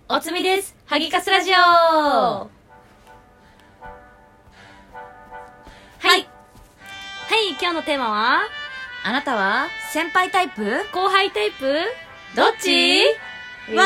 おつみです。ハギカスラジオ。はい、今日のテーマは、 あなたは先輩タイプ？ 後輩タイプどっち？わ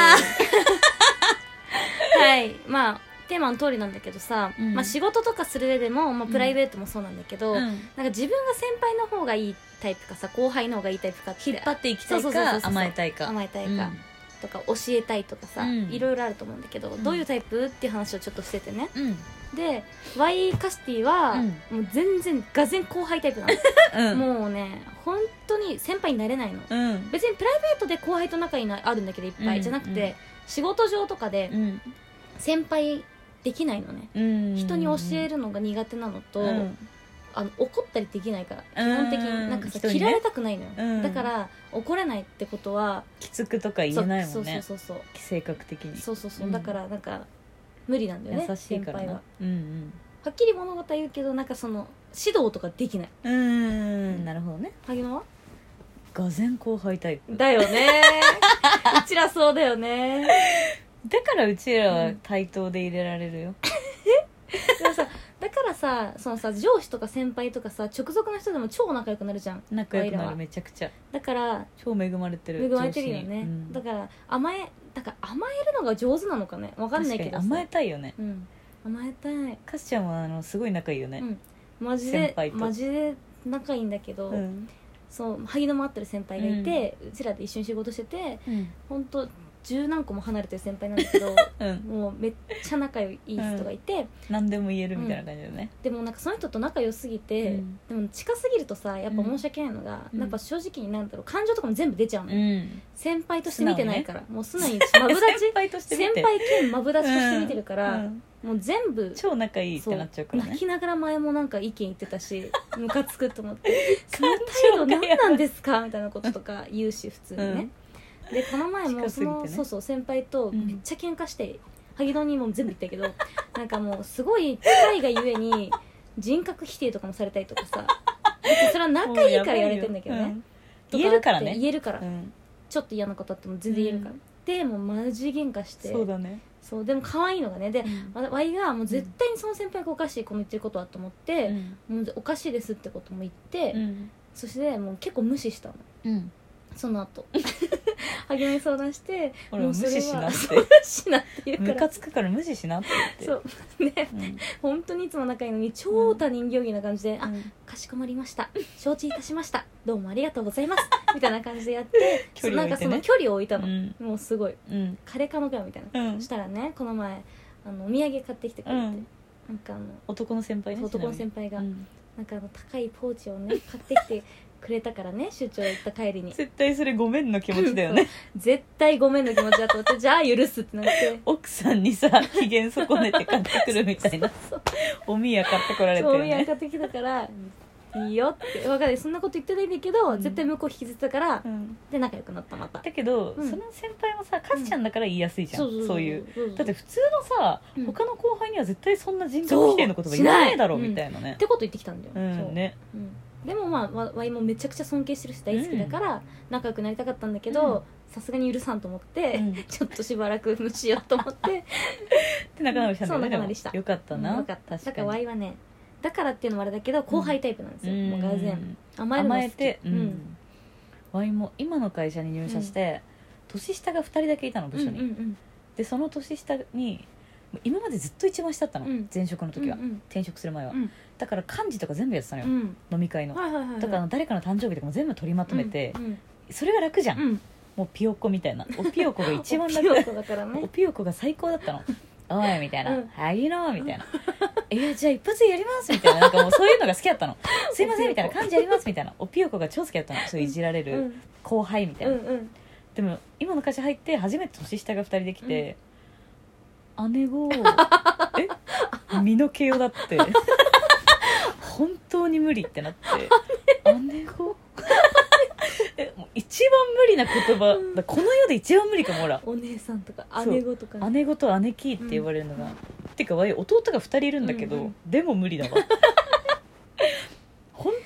はい、まあテーマの通りなんだけどさ、まあ仕事とかする上でも、まあ、プライベートもそうなんだけど、なんか自分が先輩の方がいいタイプかさ、後輩の方がいいタイプかって引っ張っていきたいか甘えたいかとか教えたいとかさ、いろいろあると思うんだけど、どういうタイプっていう話をちょっとしててね、でワイカスティは、もう全然がぜん後輩タイプなの、もうね本当に先輩になれないの、別にプライベートで後輩と仲いいのあるんだけどいっぱい、じゃなくて仕事上とかで先輩できないのね、人に教えるのが苦手なのと、怒ったりできないから基本的になんかさ、切られたくないのよ、だから怒れないってことはきつくとか言えないもんね。 そう性格的にだからなんか無理なんだよね、 優しいからな。 先輩は、はっきり物事言うけどなんかその指導とかできない。 なるほどね。 萩野はがぜん後輩タイプだよねうちらそうだよね。 だからうちらは対等で入れられるよ、 でもさ、だからさ、そのさ上司とか先輩とかさ直属の人でも超仲良くなるじゃん。 仲良くなる、めちゃくちゃ。 だから超恵まれてる、 恵まれてるよね、だから甘えるのが上手なのかね、わかんないけどさ、 甘えたいよね。 甘えたい。 かすちゃんはすごい仲いいよね、 マジで仲いいんだけど、そう萩野も会ってる先輩がいて、うちらで一緒に仕事してて、本当十何個も離れてる先輩なんだけど、もうめっちゃ仲いい人がいて、 何でも言えるみたいな感じだよね、 でもなんかその人と仲良すぎて、でも近すぎるとさやっぱ申し訳ないのが、やっぱ正直になんだろう、感情とかも全部出ちゃうの、先輩として見てないから、もう素直にマブダチ先輩兼マブダチとして見てるから、もう全部超仲いいってなっちゃうからね。 泣きながら前もなんか意見言ってたしムカつくと思ってその態度何なんですかみたいなこととか言うし普通にね、でこの前もそう先輩とめっちゃ喧嘩して、萩野にも全部言ったけどなんかもうすごい近いがゆえに人格否定とかもされたりとかさ、それは仲いいから言われてんだけどね、 言えるからね、 ちょっと嫌なことあっても全然言えるから、でもうマジ喧嘩して、 そうだね、 そうでも可愛いのがね、で、ワイがもう絶対にその先輩がおかしい、この言ってることはと思って、もうおかしいですってことも言って、そしてもう結って無視したの、その後萩野に相談して、 俺も無視しなって言うからムカつくから無視しなって言って、 そうね、本当にいつも仲いいのに超他人行儀な感じで、かしこまりました、承知いたしました、どうもありがとうございますみたいな感じでやってなんかその距離を置いたの、もうすごい、彼かのかよみたいな、そしたらねこの前お土産買ってきてくれて、なんか男の先輩ね、 男の先輩が、なんか高いポーチをね買ってきてくれたからね、出張行った帰りに絶対それごめんの気持ちだよね絶対ごめんの気持ちだと思ってじゃあ許すってなって奥さんにさ機嫌損ねて買ってくるみたいなおみや買ってこられてるね、 おみや買ってきたからいいよって分かんない、そんなこと言ってないんだけど、絶対向こう引きずってたから、で仲良くなった。まただけど、その先輩もさカズちゃんだから言いやすいじゃん、そういうだって普通のさ、他の後輩には絶対そんな人格否定の言葉言わないだろうみたいなね、 ってこと言ってきたんだよ、 ね、 でもまあワイもめちゃくちゃ尊敬してるし大好きだから仲良くなりたかったんだけど、さすがに許さんと思って、ちょっとしばらく無視しようと思ってで仲直りしたんだよね。 仲直りした。 よかったな、 よかった。だからワイはね、だからっていうのもあれだけど後輩タイプなんですよ、もうがぜん甘えて、 ワイも今の会社に入社して、年下が2人だけいたの部署に、でその年下に今までずっと一番下だったの、前職の時は、転職する前は、だから幹事とか全部やってたのよ、飲み会の、だから誰かの誕生日とかも全部取りまとめて、それが楽じゃん、もうピヨコみたいな、おピヨコが一番楽おピヨコが最高だったのおいみたいな、萩野みたいな、じゃあ一発でやりますみたいな、なんかもうそういうのが好きだったのすいませんみたいな、幹事やりますみたいな、おピヨコが超好きだったの、そういういじられる後輩みたいな、でも今の会社入って初めて年下が2人できて、姉子身の毛よだって本当に無理ってなって姉子もう一番無理な言葉だ、この世で一番無理かも。ほらお姉さんとか姉子とか、 姉子と姉貴って言われるのが、てか弟が2人いるんだけど、でも無理だわ本当に無理じ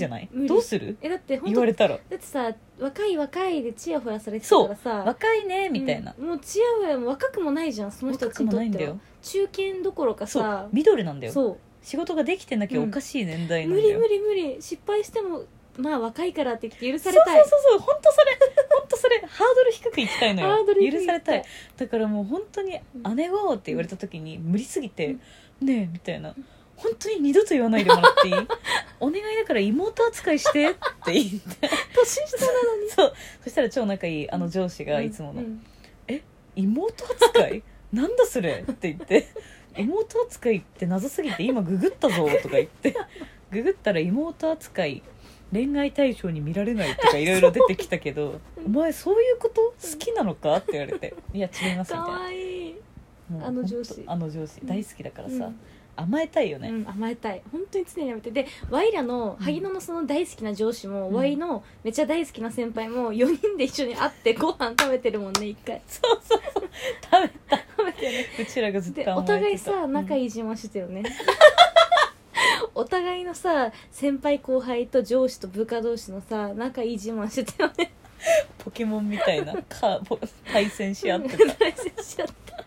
じゃない、 無理どうするだって言われたら。 だってさ若い若いでチヤホヤされてたからさ若いねみたいな、 もうチヤホヤも若くもないじゃんその人たちにとっては。中堅どころかさミドルなんだよ。 そう仕事ができてなきゃおかしい年代なんだよ、 無理失敗してもまあ若いからって言って許されたい。 そう本当それハードル低くいきたいのよ。許されたい。だからもう本当に姉をって言われた時に無理すぎて、ねえみたいな、本当に二度と言わないでもらっていいお願いだから妹扱いしてって言って年下なのにそしたら超仲いい上司がいつもの、妹扱いなんだそれって言って妹扱いって謎すぎて今ググったぞとか言ってググったら妹扱い恋愛対象に見られないとかいろいろ出てきたけどお前そういうこと好きなのかって言われていや違いますみたいな。 かわいい。上司大好きだからさ、甘えたいよね、 甘えたい本当に常にやめて。でワイらの萩野のその大好きな上司も、ワイのめっちゃ大好きな先輩も4人で一緒に会ってご飯食べてるもんね一回。 そう食べてねうちらがずっと甘えてた。 お互いさ仲いい自慢してたよね、お互いのさ先輩後輩と上司と部下同士のさ仲いい自慢してたよねポケモンみたいな対戦し合ってた対戦し合った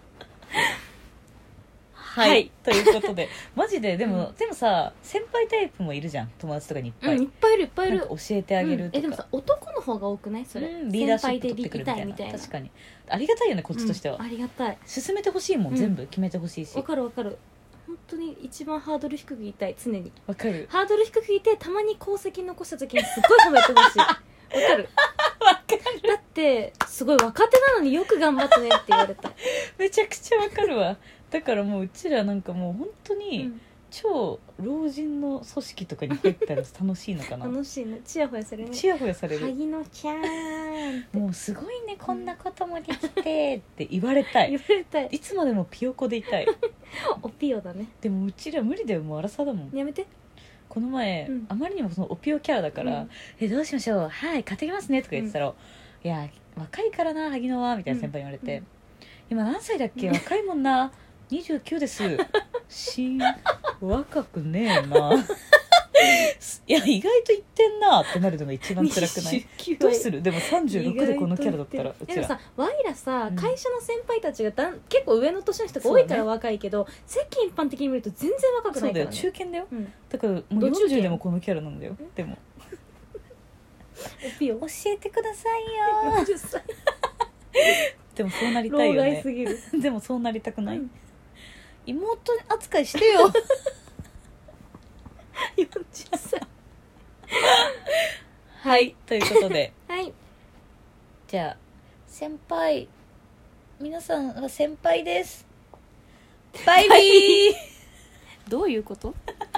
はい、ということでマジででもさ先輩タイプもいるじゃん友達とかにいっぱい、 いっぱいいるなんか教えてあげるとか、 でもさ男の方が多くないそれ、 リーダーシップ取ってくるみたいな。確かにありがたいよねこっちとしては、 ありがたい。 進めてほしいもん、全部決めてほしいし。 わかる本当に一番ハードル低く言いたい常に。 わかる。 ハードル低く言ってたまに功績残した時にすごい褒めてほしいわかるだってすごい若手なのによく頑張ったねって言われためちゃくちゃわかるわ。だからもううちらなんかもう本当に、超老人の組織とかに入ったら楽しいのかな楽しいね。チヤホヤされるね。 チヤホヤされる。 萩野ちゃんもうすごいねこんなこともできてって言われたい言われたい。 いつまでもピヨコでいたいおピヨだね。 でもうちら無理だよ、もう荒さだもん。 やめて。 この前、あまりにもそのおピヨキャラだから、どうしましょう、はい買ってきますねとか言ってたら、いや若いからな萩野はみたいな先輩に言われて、今何歳だっけ若いもんな29です若くねえないや意外と言ってんなってなるのが一番辛くないどうする。でも36でこのキャラだったらうちら。 でもさワイらさ、会社の先輩たちが結構上の年の人が多いから若いけど、世間一般的に見ると全然若くないからね。 そうだよ、中堅だよ、だからもう40でもこのキャラなんだよ。でも教えてくださいよ 40歳でもそうなりたいよね。 老害すぎるでもそうなりたくない、妹扱いしてよ 40歳はいということではいじゃあ先輩皆さんは先輩ですバイビーどういうこと